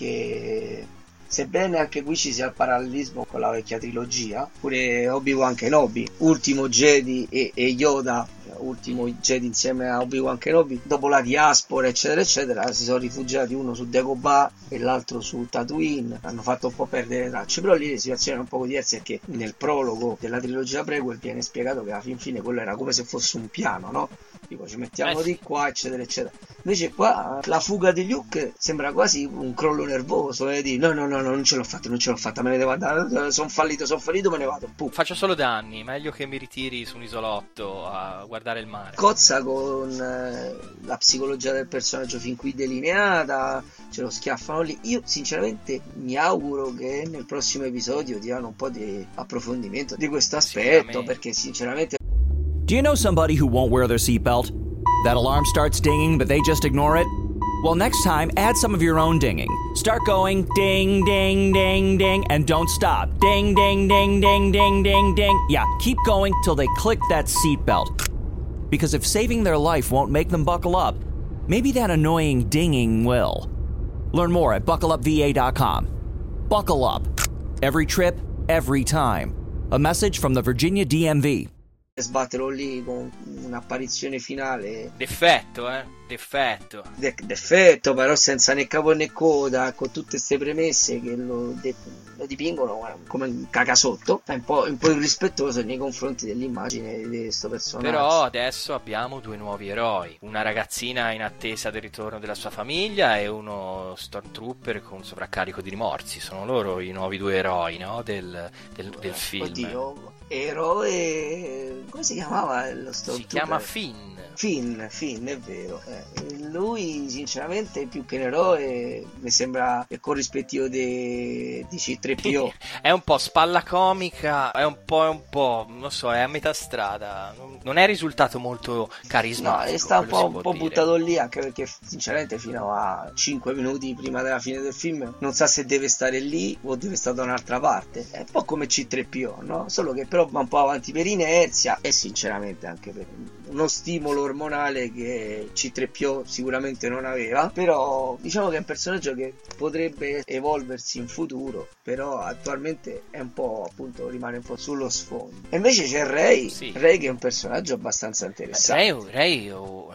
perché sebbene anche qui ci sia il parallelismo con la vecchia trilogia, pure Obi-Wan Kenobi, ultimo Jedi, e Yoda, ultimo Jedi insieme a Obi-Wan Kenobi, dopo la diaspora eccetera eccetera, si sono rifugiati uno su Dagobah e l'altro su Tatooine, hanno fatto un po' perdere le tracce. Però lì le situazioni erano un po' diverse, perché nel prologo della trilogia prequel viene spiegato che alla fine quello era come se fosse un piano, no? Tipo ci mettiamo di qua eccetera eccetera. Invece qua la fuga di Luke sembra quasi un crollo nervoso, di no non ce l'ho fatta, me ne devo andare, sono fallito, me ne vado. Faccio solo danni, meglio che mi ritiri su un isolotto a guardare il mare. Cozza con la psicologia del personaggio fin qui delineata, ce lo schiaffano lì. Io sinceramente mi auguro che nel prossimo episodio diano un po' di approfondimento di questo aspetto, perché sinceramente... Do you know somebody who won't wear their seatbelt? That alarm starts dinging, but they just ignore it? Well, next time, add some of your own dinging. Start going ding, ding, ding, ding, and don't stop. Ding, ding, ding, ding, ding, ding, ding. Yeah, keep going till they click that seatbelt. Because if saving their life won't make them buckle up, maybe that annoying dinging will. Learn more at buckleupva.com. Buckle up. Every trip, every time. A message from the Virginia DMV. sbatterlo lì con un'apparizione finale. D'effetto, D'effetto, però senza né capo né coda, con tutte queste premesse che lo dipingono come un cacasotto, è un po' irrispettoso nei confronti dell'immagine di questo personaggio. Però adesso abbiamo due nuovi eroi, una ragazzina in attesa del ritorno della sua famiglia e uno Stormtrooper con sovraccarico di rimorsi. Sono loro i nuovi due eroi, no? del film. Oddio, eroe, come si chiamava lo Stormtrooper? Si chiama Finn, è vero. Lui sinceramente più che un eroe mi sembra il corrispettivo di C3PO. È un po' spalla comica, è un po', non so, è a metà strada. Non è risultato molto carismatico. No, sta un po' buttato lì, anche perché sinceramente fino a 5 minuti prima della fine del film non sa se deve stare lì o deve stare da un'altra parte. È un po' come C3PO, no? Solo che però va un po' avanti per inerzia e sinceramente anche per uno stimolo ormonale che C3PO sicuramente non aveva. Però diciamo che è un personaggio che potrebbe evolversi in futuro, però attualmente è un po', appunto, rimane un po' sullo sfondo. E invece c'è Rey, sì. Rey che è un personaggio abbastanza interessante. Rey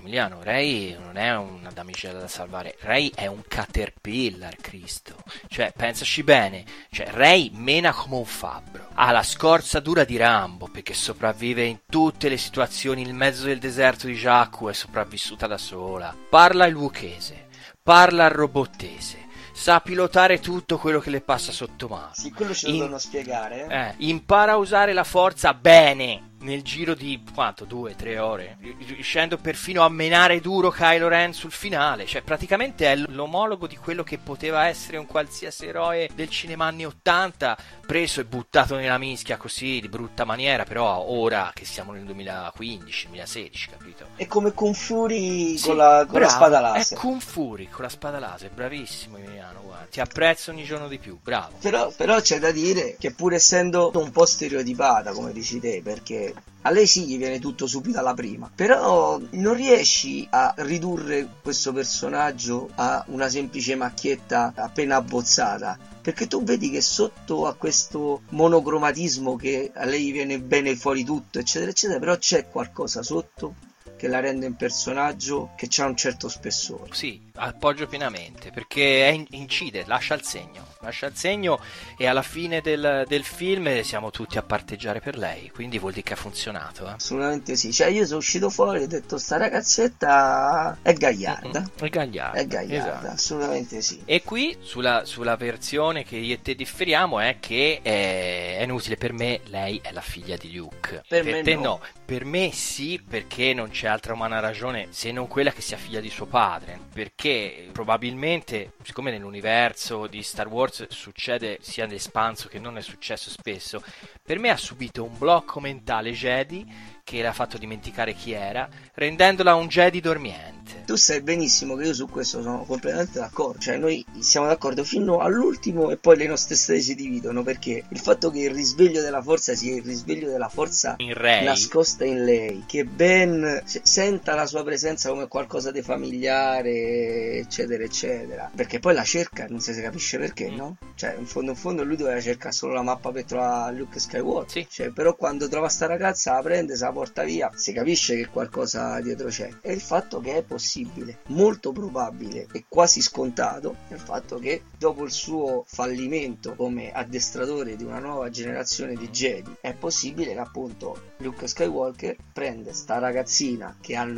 non è una damigella da salvare, Rey è un caterpillar, Cristo. Cioè, pensaci bene, cioè Rey mena come un fabbro, ha la scorza dura di Rambo perché sopravvive in tutte le situazioni. Il mezzo del deserto di Jakku è sopravvissuta da sola, parla il Wookiese, parla il robottese, sa pilotare tutto quello che le passa sotto mano. Sì, quello ce lo devono spiegare. Impara a usare la forza bene nel giro di quanto? 2-3 ore, riuscendo perfino a menare duro Kylo Ren sul finale. Cioè praticamente è l'omologo di quello che poteva essere un qualsiasi eroe del cinema anni 80, preso e buttato nella mischia così di brutta maniera, però ora che siamo nel 2015-2016, capito? È come Kung Fury con la spada laser. È Kung Fury con la spada laser, bravissimo Emiliano, guarda, ti apprezzo ogni giorno di più, bravo. Però c'è da dire che pur essendo un po' stereotipata, come dici te, perché a lei sì gli viene tutto subito alla prima, però non riesci a ridurre questo personaggio a una semplice macchietta appena abbozzata, perché tu vedi che sotto a questo monocromatismo che a lei viene bene fuori tutto eccetera eccetera, però c'è qualcosa sotto che la rende un personaggio che ha un certo spessore. Sì, appoggio pienamente, perché incide, lascia il segno e alla fine del film siamo tutti a parteggiare per lei, quindi vuol dire che ha funzionato. Assolutamente sì, cioè io sono uscito fuori e ho detto sta ragazzetta è gagliarda. È gagliarda, esatto. Assolutamente sì. E qui sulla versione che io e te differiamo è che è inutile, per me lei è la figlia di Luke. Per te no. Per me sì, perché non c'è altra umana ragione se non quella che sia figlia di suo padre, perché probabilmente, siccome nell'universo di Star Wars succede sia nell'espanso che non è successo spesso, per me ha subito un blocco mentale Jedi che l'ha fatto dimenticare chi era, rendendola un Jedi dormiente. Tu sai benissimo che io su questo sono completamente d'accordo, cioè noi siamo d'accordo fino all'ultimo e poi le nostre strade si dividono, perché il fatto che il risveglio della forza sia il risveglio della forza in Rey, nascosta in lei, che Ben senta la sua presenza come qualcosa di familiare eccetera eccetera, perché poi la cerca, non si capisce perché, no? Cioè in fondo lui doveva cercare solo la mappa per trovare Luke Skywalker, sì. Cioè, però quando trova sta ragazza la prende, se la porta via, si capisce che qualcosa dietro c'è. E il fatto che è possibile, molto probabile e quasi scontato, è il fatto che dopo il suo fallimento come addestratore di una nuova generazione di Jedi, è possibile che appunto Luke Skywalker prende sta ragazzina che al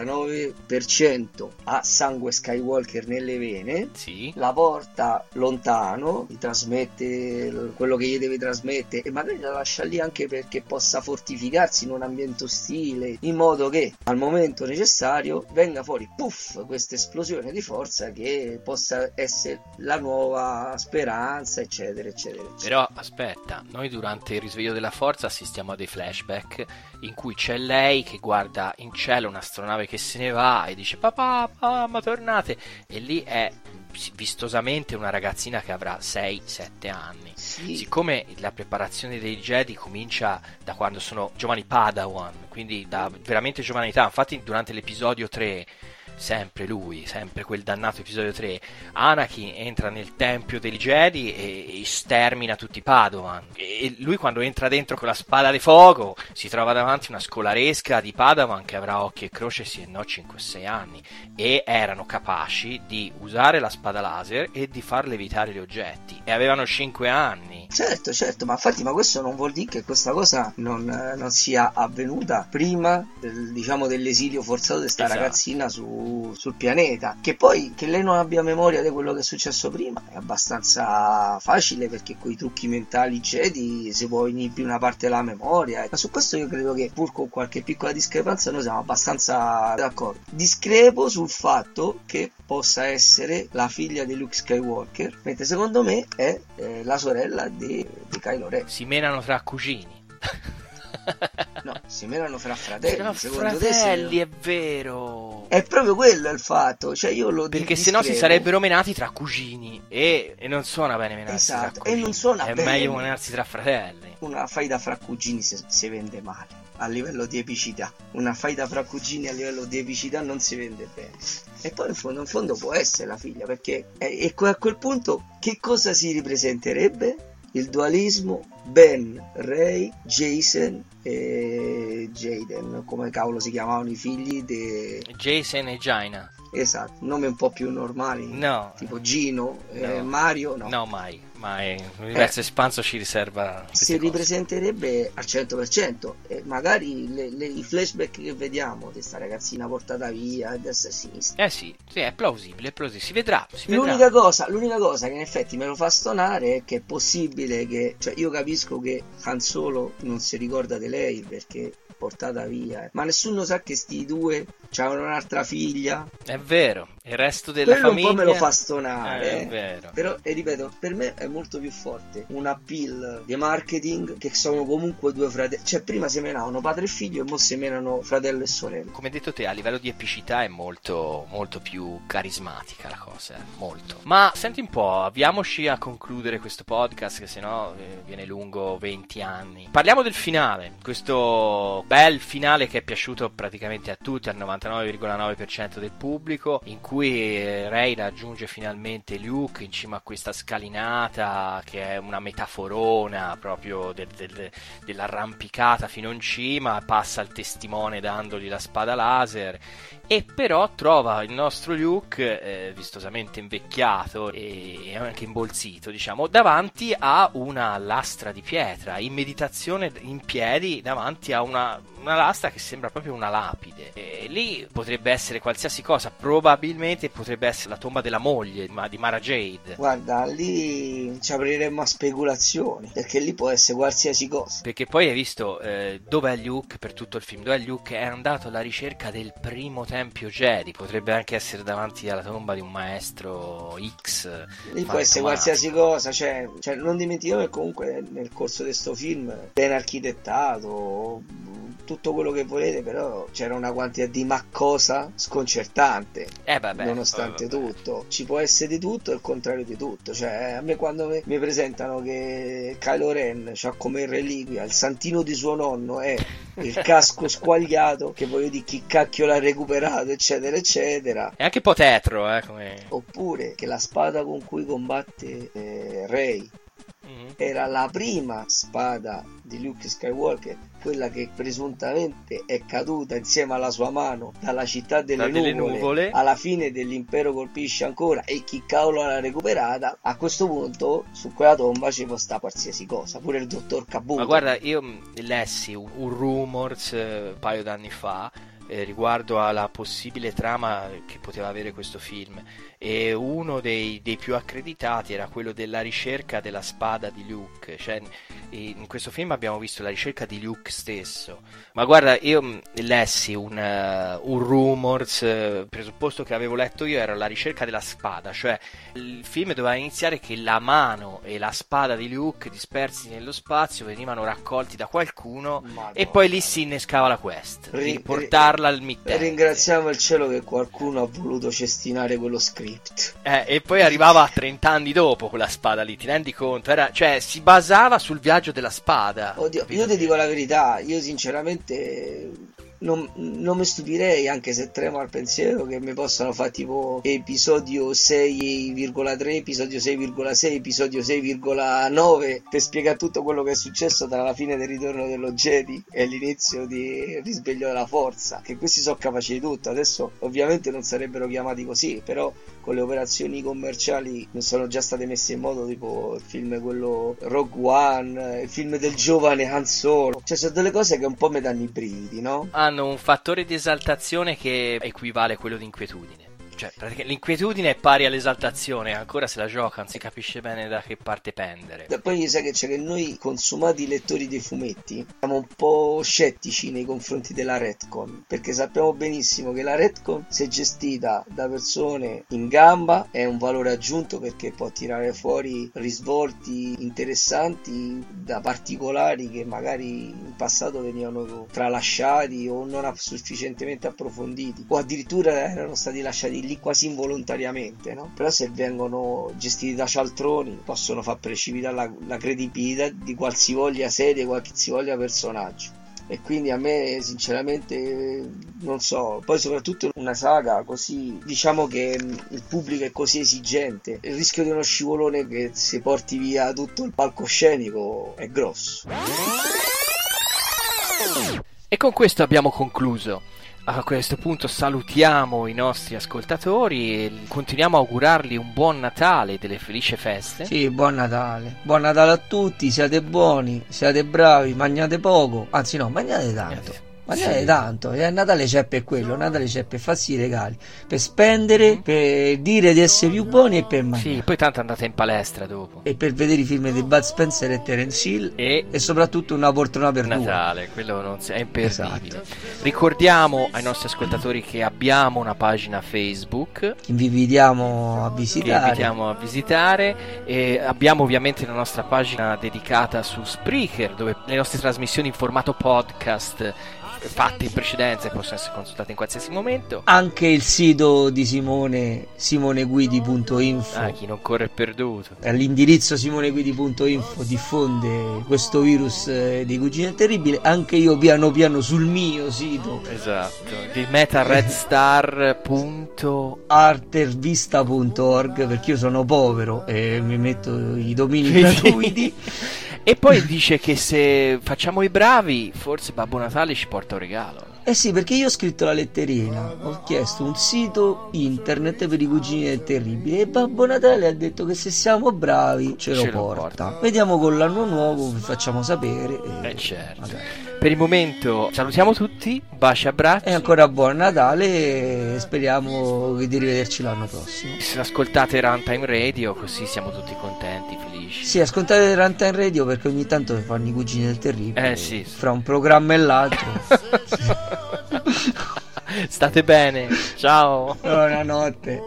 99% ha sangue Skywalker nelle vene, sì. La porta lontano, gli trasmette quello che gli deve trasmettere e magari la lascia lì anche perché possa fortificarsi in un ambiente ostile, in modo che al momento necessario venga fuori questa esplosione di forza che possa essere la nuova speranza eccetera eccetera eccetera. Però aspetta, noi durante il risveglio della forza assistiamo a dei flashback in cui c'è lei che guarda in cielo un'astronave che se ne va e dice papà ma tornate, e lì è vistosamente una ragazzina che avrà 6-7 anni. Sì. Siccome la preparazione dei Jedi comincia da quando sono giovani Padawan, quindi da veramente giovanità, infatti durante l'episodio 3 sempre quel dannato episodio 3, Anakin entra nel tempio dei Jedi e stermina tutti i Padawan, e lui quando entra dentro con la spada di fuoco si trova davanti una scolaresca di Padawan che avrà occhi e croce sì e no 5-6 anni, e erano capaci di usare la spada laser e di far levitare gli oggetti, e avevano 5 anni. Certo, ma infatti, ma questo non vuol dire che questa cosa non sia avvenuta prima dell'esilio forzato di sta ragazzina sul pianeta. Che poi che lei non abbia memoria di quello che è successo prima è abbastanza facile, perché con i trucchi mentali Jedi si può inibire una parte della memoria, ma su questo io credo che, pur con qualche piccola discrepanza, noi siamo abbastanza d'accordo. Discrepo sul fatto che possa essere la figlia di Luke Skywalker, mentre secondo me è la sorella di Kylo Ren. Si menano tra cugini. No, si menano fra fratelli. Secondo fratelli, è vero. È proprio quello il fatto. Cioè io lo perché sennò si sarebbero menati tra cugini e non suona bene menarsi tra cugini. E non suona è bene. Meglio menarsi tra fratelli. Una faida fra cugini si vende male a livello di epicità. Una faida fra cugini a livello di epicità non si vende bene. E poi in fondo può essere la figlia, perché a quel punto che cosa si ripresenterebbe? Il dualismo Ben, Rey, Jason e Jaden, come cavolo si chiamavano i figli di Jason e Jaina. Esatto, nomi un po' più normali. No. Tipo Gino, Mario, no. No, mai. L'universo espanso ci riserva. Si ripresenterebbe al 100%, e magari i flashback che vediamo di sta ragazzina portata via a destra e a sinistra. Sì, è plausibile. Si vedrà. L'unica cosa che in effetti me lo fa stonare è che è possibile che, cioè, io capisco che Han Solo non si ricorda di lei perché portata via, ma nessuno sa che sti due c'avevano un'altra figlia. È vero, il resto della quello famiglia un po' me lo fa stonare, è vero. Però, e ripeto, per me è molto più forte un appeal di marketing, che sono comunque due fratelli, cioè prima si menavano padre e figlio e mo si menano fratello e sorella. Come hai detto te, a livello di epicità è molto molto più carismatica la cosa, molto. Ma senti un po', avviamoci a concludere questo podcast, che sennò viene lungo 20 anni. Parliamo del finale, questo bel finale che è piaciuto praticamente a tutti, al 99,9% del pubblico, in cui Rey raggiunge finalmente Luke in cima a questa scalinata che è una metaforona proprio dell'arrampicata fino in cima, passa il testimone dandogli la spada laser, e però trova il nostro Luke vistosamente invecchiato e anche imbolsito, diciamo, davanti a una lastra di pietra, in meditazione in piedi davanti a una lastra che sembra proprio una lapide, e lì potrebbe essere qualsiasi cosa, probabilmente potrebbe essere la tomba della moglie di Mara Jade. Guarda, lì ci apriremmo a speculazioni, perché lì può essere qualsiasi cosa, perché poi hai visto dov'è Luke per tutto il film, dov'è Luke? È andato alla ricerca del primo tempio Jedi, potrebbe anche essere davanti alla tomba di un maestro X. Lì può essere qualsiasi cosa, cioè non dimentichiamo che comunque nel corso di sto film ben architettato, tutto quello che volete, però c'era una quantità di cosa sconcertante, nonostante tutto. Ci può essere di tutto e il contrario di tutto. Cioè, a me quando mi presentano che Kylo Ren c'ha come reliquia il santino di suo nonno e il casco squagliato, che voglio dire, chi cacchio l'ha recuperato, eccetera eccetera, è anche un po' tetro, come... oppure che la spada con cui combatte Rey era la prima spada di Luke Skywalker, quella che presuntamente è caduta insieme alla sua mano dalla città delle nuvole alla fine dell'impero colpisce ancora, e chi cavolo l'ha recuperata. A questo punto su quella tomba ci può stare qualsiasi cosa, pure il dottor Kabuto. Ma guarda, io lessi un rumors un paio d'anni fa riguardo alla possibile trama che poteva avere questo film, e uno dei più accreditati era quello della ricerca della spada di Luke. Cioè, in questo film abbiamo visto la ricerca di Luke stesso, ma guarda, io lessi un rumors, presupposto che avevo letto io era la ricerca della spada, cioè il film doveva iniziare che la mano e la spada di Luke dispersi nello spazio venivano raccolti da qualcuno. Madonna. E poi lì si innescava la quest di portarla al mittente. Ringraziamo il cielo che qualcuno ha voluto cestinare quello script. E poi arrivava 30 anni dopo quella spada lì, ti rendi conto? Cioè si basava sul viaggio della spada. Oddio, io ti dico la verità, io sinceramente non mi stupirei, anche se tremo al pensiero, che mi possano fare tipo episodio 6,3, episodio 6,6, episodio 6,9 per spiegare tutto quello che è successo tra la fine del Ritorno dello Jedi e l'inizio di Risveglio della Forza, che questi sono capaci di tutto. Adesso ovviamente non sarebbero chiamati così, però con le operazioni commerciali non sono già state messe in modo, tipo il film quello Rogue One, il film del giovane Han Solo. Cioè sono delle cose che un po' mi danno i brividi, no? Hanno un fattore di esaltazione che equivale a quello di inquietudine. Cioè, praticamente l'inquietudine è pari all'esaltazione, ancora se la giocano, si capisce bene da che parte pendere. Poi sai che c'è, che noi consumati lettori dei fumetti siamo un po' scettici nei confronti della retcon, perché sappiamo benissimo che la retcon, se gestita da persone in gamba, è un valore aggiunto, perché può tirare fuori risvolti interessanti da particolari che magari in passato venivano tralasciati o non sufficientemente approfonditi, o addirittura erano stati lasciati lì quasi involontariamente, no? Però se vengono gestiti da cialtroni possono far precipitare la credibilità di qualsivoglia serie, qualsivoglia personaggio. E quindi a me sinceramente non so, poi soprattutto una saga così, diciamo che il pubblico è così esigente, il rischio di uno scivolone che si porti via tutto il palcoscenico è grosso. E con questo abbiamo concluso. A questo punto salutiamo i nostri ascoltatori e continuiamo a augurargli un buon Natale e delle felici feste. Sì, buon Natale a tutti, siate buoni, siate bravi, mangiate poco, anzi no, mangiate tanto. Mangiate tanto, e a Natale c'è per quello, Natale c'è per farsi i regali, per spendere, per dire di essere più buoni e per mangiare. Sì, poi tanto andate in palestra dopo. E per vedere i film di Bud Spencer e Terence Hill e soprattutto Una poltrona per Natale, quello non è imperdibile. Esatto. Ricordiamo ai nostri ascoltatori che abbiamo una pagina Facebook che vi invitiamo a visitare. E abbiamo ovviamente la nostra pagina dedicata su Spreaker, dove le nostre trasmissioni in formato podcast fatte in precedenza e possono essere consultate in qualsiasi momento. Anche il sito di Simone, simoneguidi.info, chi non corre è perduto. All'indirizzo simoneguidi.info diffonde questo virus di Cugine Terribile. Anche io piano piano sul mio sito, esatto, di metaredstar.artervista.org, perché io sono povero e mi metto i domini gratuiti. E poi dice che se facciamo i bravi, forse Babbo Natale ci porta un regalo. Eh sì, perché io ho scritto la letterina, ho chiesto un sito internet per i Cugini del Terribile e Babbo Natale ha detto che se siamo bravi ce lo porta. Vediamo con l'anno nuovo, vi facciamo sapere. Certo. Vabbè. Per il momento salutiamo tutti, baci, abbracci. E ancora buon Natale e speriamo di rivederci l'anno prossimo. Se ascoltate Runtime Radio, così siamo tutti contenti, felici. Sì, ascoltate Runtime Radio, perché ogni tanto fanno i Cugini del Terribile. Sì. Fra un programma e l'altro. State bene, ciao. Buonanotte.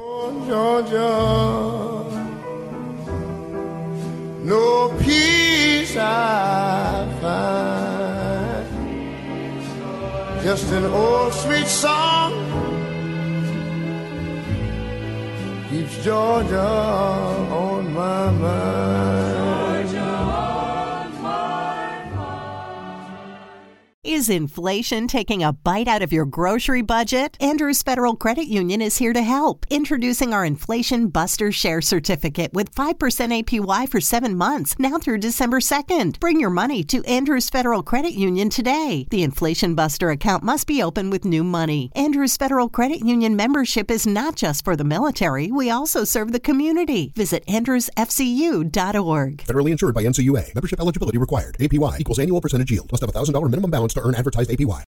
No peace I find, just an old sweet song keeps Georgia on my mind. Is inflation taking a bite out of your grocery budget? Andrews Federal Credit Union is here to help. Introducing our Inflation Buster Share Certificate with 5% APY for 7 months, now through December 2nd. Bring your money to Andrews Federal Credit Union today. The Inflation Buster account must be opened with new money. Andrews Federal Credit Union membership is not just for the military. We also serve the community. Visit andrewsfcu.org. Federally insured by NCUA. Membership eligibility required. APY equals annual percentage yield. Must have $1,000 minimum balance to earn advertised APY.